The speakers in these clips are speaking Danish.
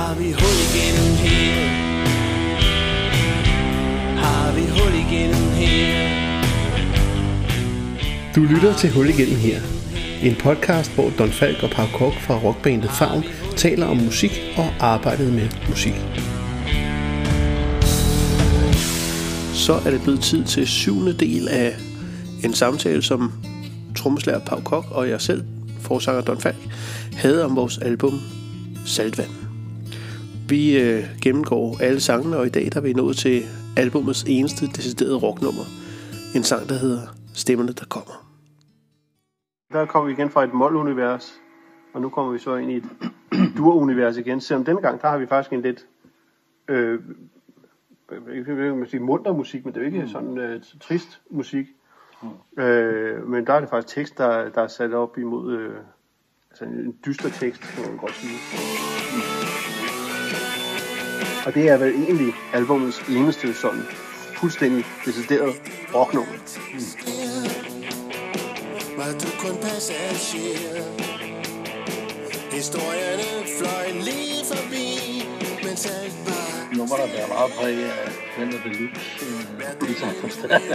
Har vi hul igennem her? Har vi hul igennem her? Du lytter til Hul igennem her. En podcast, hvor Don Falk og Pau Kok fra rockbandet Favn taler om musik og arbejdet med musik. Så er det blevet tid til 7. del af en samtale, som trommeslager Pau Kok og jeg selv, forsanger Don Falk, havde om vores album Saltvand. Vi gennemgår alle sangene, og i dag der er vi nået til albumets eneste deciderede rocknummer. En sang, der hedder Stemmerne, der kommer. Der kommer vi igen fra et mol-univers, og nu kommer vi så ind i et dur-univers igen. Selvom denne gang, der har vi faktisk en lidt munter musik, men det er jo ikke sådan trist musik. Men der er det faktisk tekst, der er sat op imod altså en dyster tekst, kan man godt sige. Og det er vel egentlig albumets eneste sådan fuldstændig decideret rocknummer. Var du kun passager? Historierne fløj lige forbi, mens alt var nummer, der bliver meget præget af den der deluxe guitar forstærker.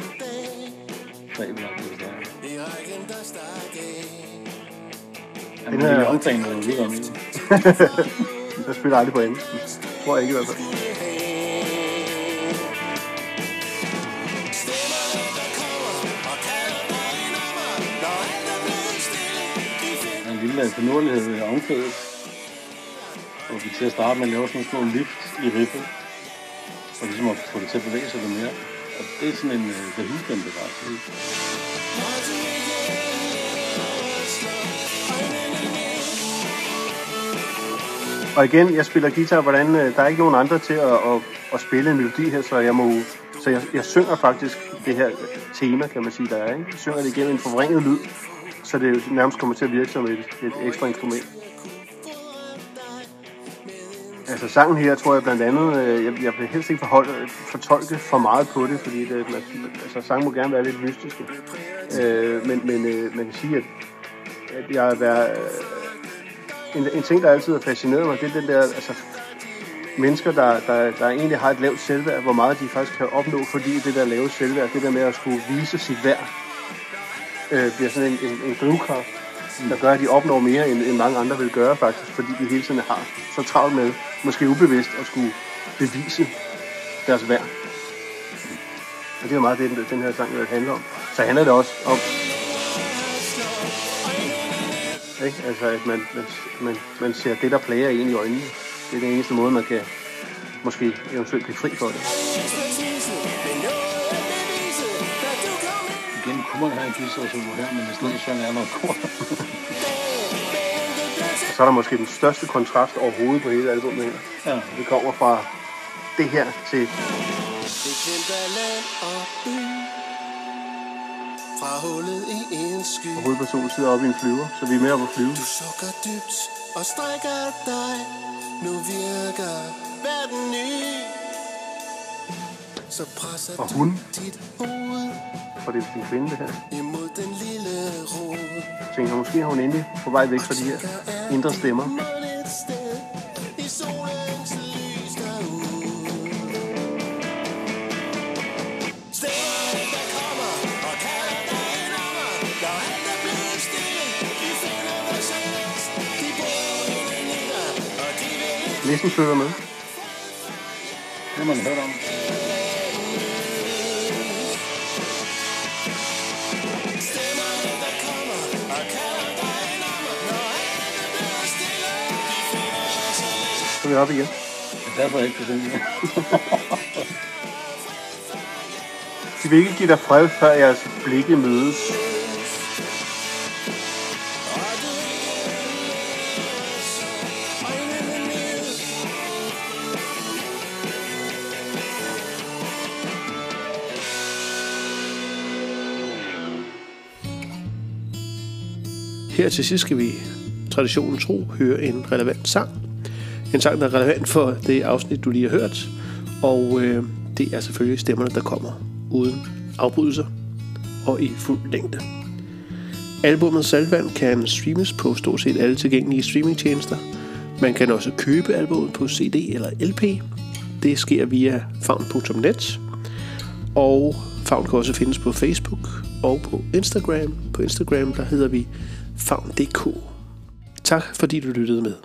Den her omtrænet er videre med. Jeg spiller aldrig på engelsk. Tror jeg ikke i hvert fald. En lille finurlighed af omkvædet. Og vi til at starte med at lave sådan en små lift i riffet. Og ligesom at få det til at bevæge sig lidt mere. Og det er sådan en The bare. Og igen, jeg spiller guitar, hvordan der er ikke nogen andre til at spille en melodi her, så jeg synger faktisk det her tema, kan man sige, der er, ikke? Jeg synger det igennem en forvrænget lyd, så det nærmest kommer til at virke som et ekstra instrument. Altså sangen her, tror jeg blandt andet, jeg vil helst ikke fortolke for meget på det, fordi sangen må gerne være lidt mystiske. Men man kan sige, at jeg er en ting, der altid har fascineret mig, det er den der, altså mennesker, der egentlig har et lavt selvværd, hvor meget de faktisk kan opnå, fordi det der lave selvværd, det der med at skulle vise sit værd, bliver sådan en drivkraft, der gør, at de opnår mere, end mange andre vil gøre faktisk, fordi de hele tiden har så travlt med, måske ubevidst, at skulle bevise deres værd. Og det er meget det, den her sang handler om. Så handler det også om, ikke? Altså, at man ser det, der plager en i øjnene. Det er den eneste måde, man kan måske eventuelt blive fri for det. Igen kunne man have en guitar som her, men i stedet synger jeg noget kort. Og så er der måske den største kontrast overhovedet på hele albumet her. Ja. Det kommer fra det her til og hovedpersonen sidder oppe i en flyver, så vi er med op at flyve. Du sukker dybt og strækker dig. Nu virker verden ny. Så presser og hun, dit hoved for det er en kvinde det her, imod den lille rod. tænker måske har hun endelig på vej væk fra de her indre stemmer. I solens lys derude. Stemmerne, der kommer og kalder dig en nummer. Når alt er blevet stille, de finder hvad som helst. De bor inde i dig, og de vil Næsten flytter med. Det har man hørt om. stemmerne, der kommer og kalder dig en nummer. Når alt er blevet stille, de finder hvad som helst. Så er vi op igen. Det er derfor jeg ikke kan synge. De vil ikke give dig fred, før jeres blikke mødes. Her til sidst skal vi traditionen tro høre en relevant sang. En sang, der er relevant for det afsnit, du lige har hørt. Og det er selvfølgelig Stemmerne, der kommer uden afbrydelser og i fuld længde. Albummet Saltvand kan streames på stort set alle tilgængelige streamingtjenester. Man kan også købe albumet på CD eller LP. Det sker via favn.net. Og Favn kan også findes på Facebook og på Instagram. På Instagram der hedder vi favn.dk. Tak fordi du lyttede med.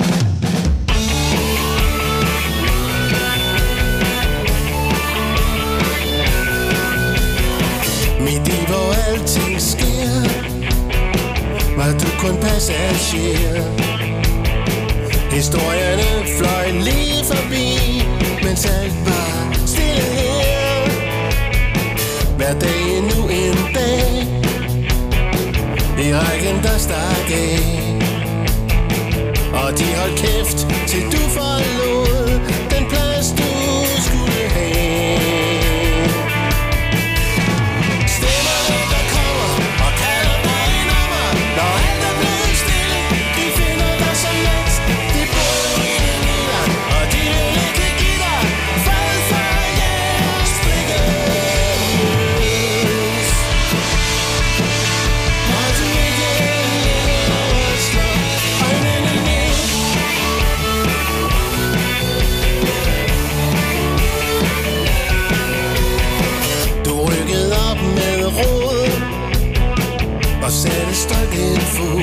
Midt i hvor alting sker, var du kun passager. Historierne fløj lige forbi, mens alt var stille her. Hver dag endnu en dag, i rækken der stak af. Og de holdt kæft, til du forlod den plads du skulle have. Stemmerne der kommer og kalder dig i nummer, når alt er blevet stille, de finder dig som let. De bor i din lille, og de vil ikke give dig fred for jeres blikkes. Og du ikke længere slår øjnene ned. Du rykkede op med rod og satte stolt en fod,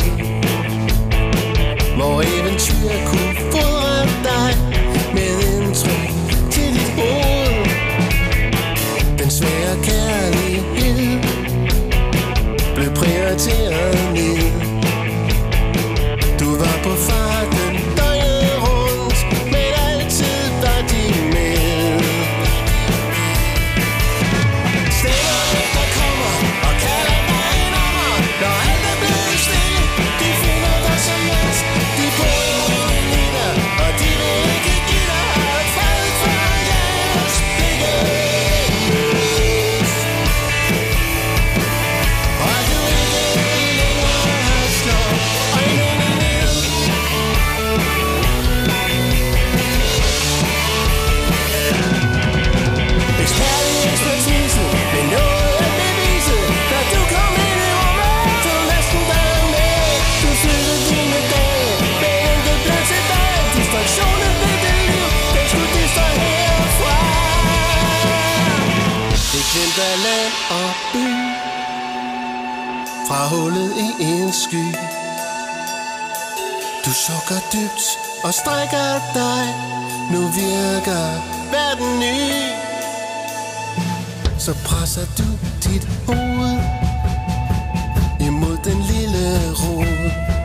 hvor eventyr kunne fodre dig med en tryk til dit hoved. Den svære kærlighed blev prioriteret ned. Du var på farten døgnet rundt, men altid var de med. Stemmerne der kommer og kalder dig i nummer, når alt er blevet stille, de finder dig som let. De bor i din lille, og de vil ikke give dig fred for jeres blikkes. Og du ikke længere slår øjnene ned. Ekspert i ekspertise, men noget at bevise. Da du kom ind i rummet, tog næsten dig med. Du fyldte dine dage, men det blev til dig. Distraktionen ved det liv, den skulle distrahere fra. Det glemte af land og by, fra hullet i en sky. Du sukker dybt og strækker dig, nu virker verden ny. Så presser du dit hoved imod den lille rod.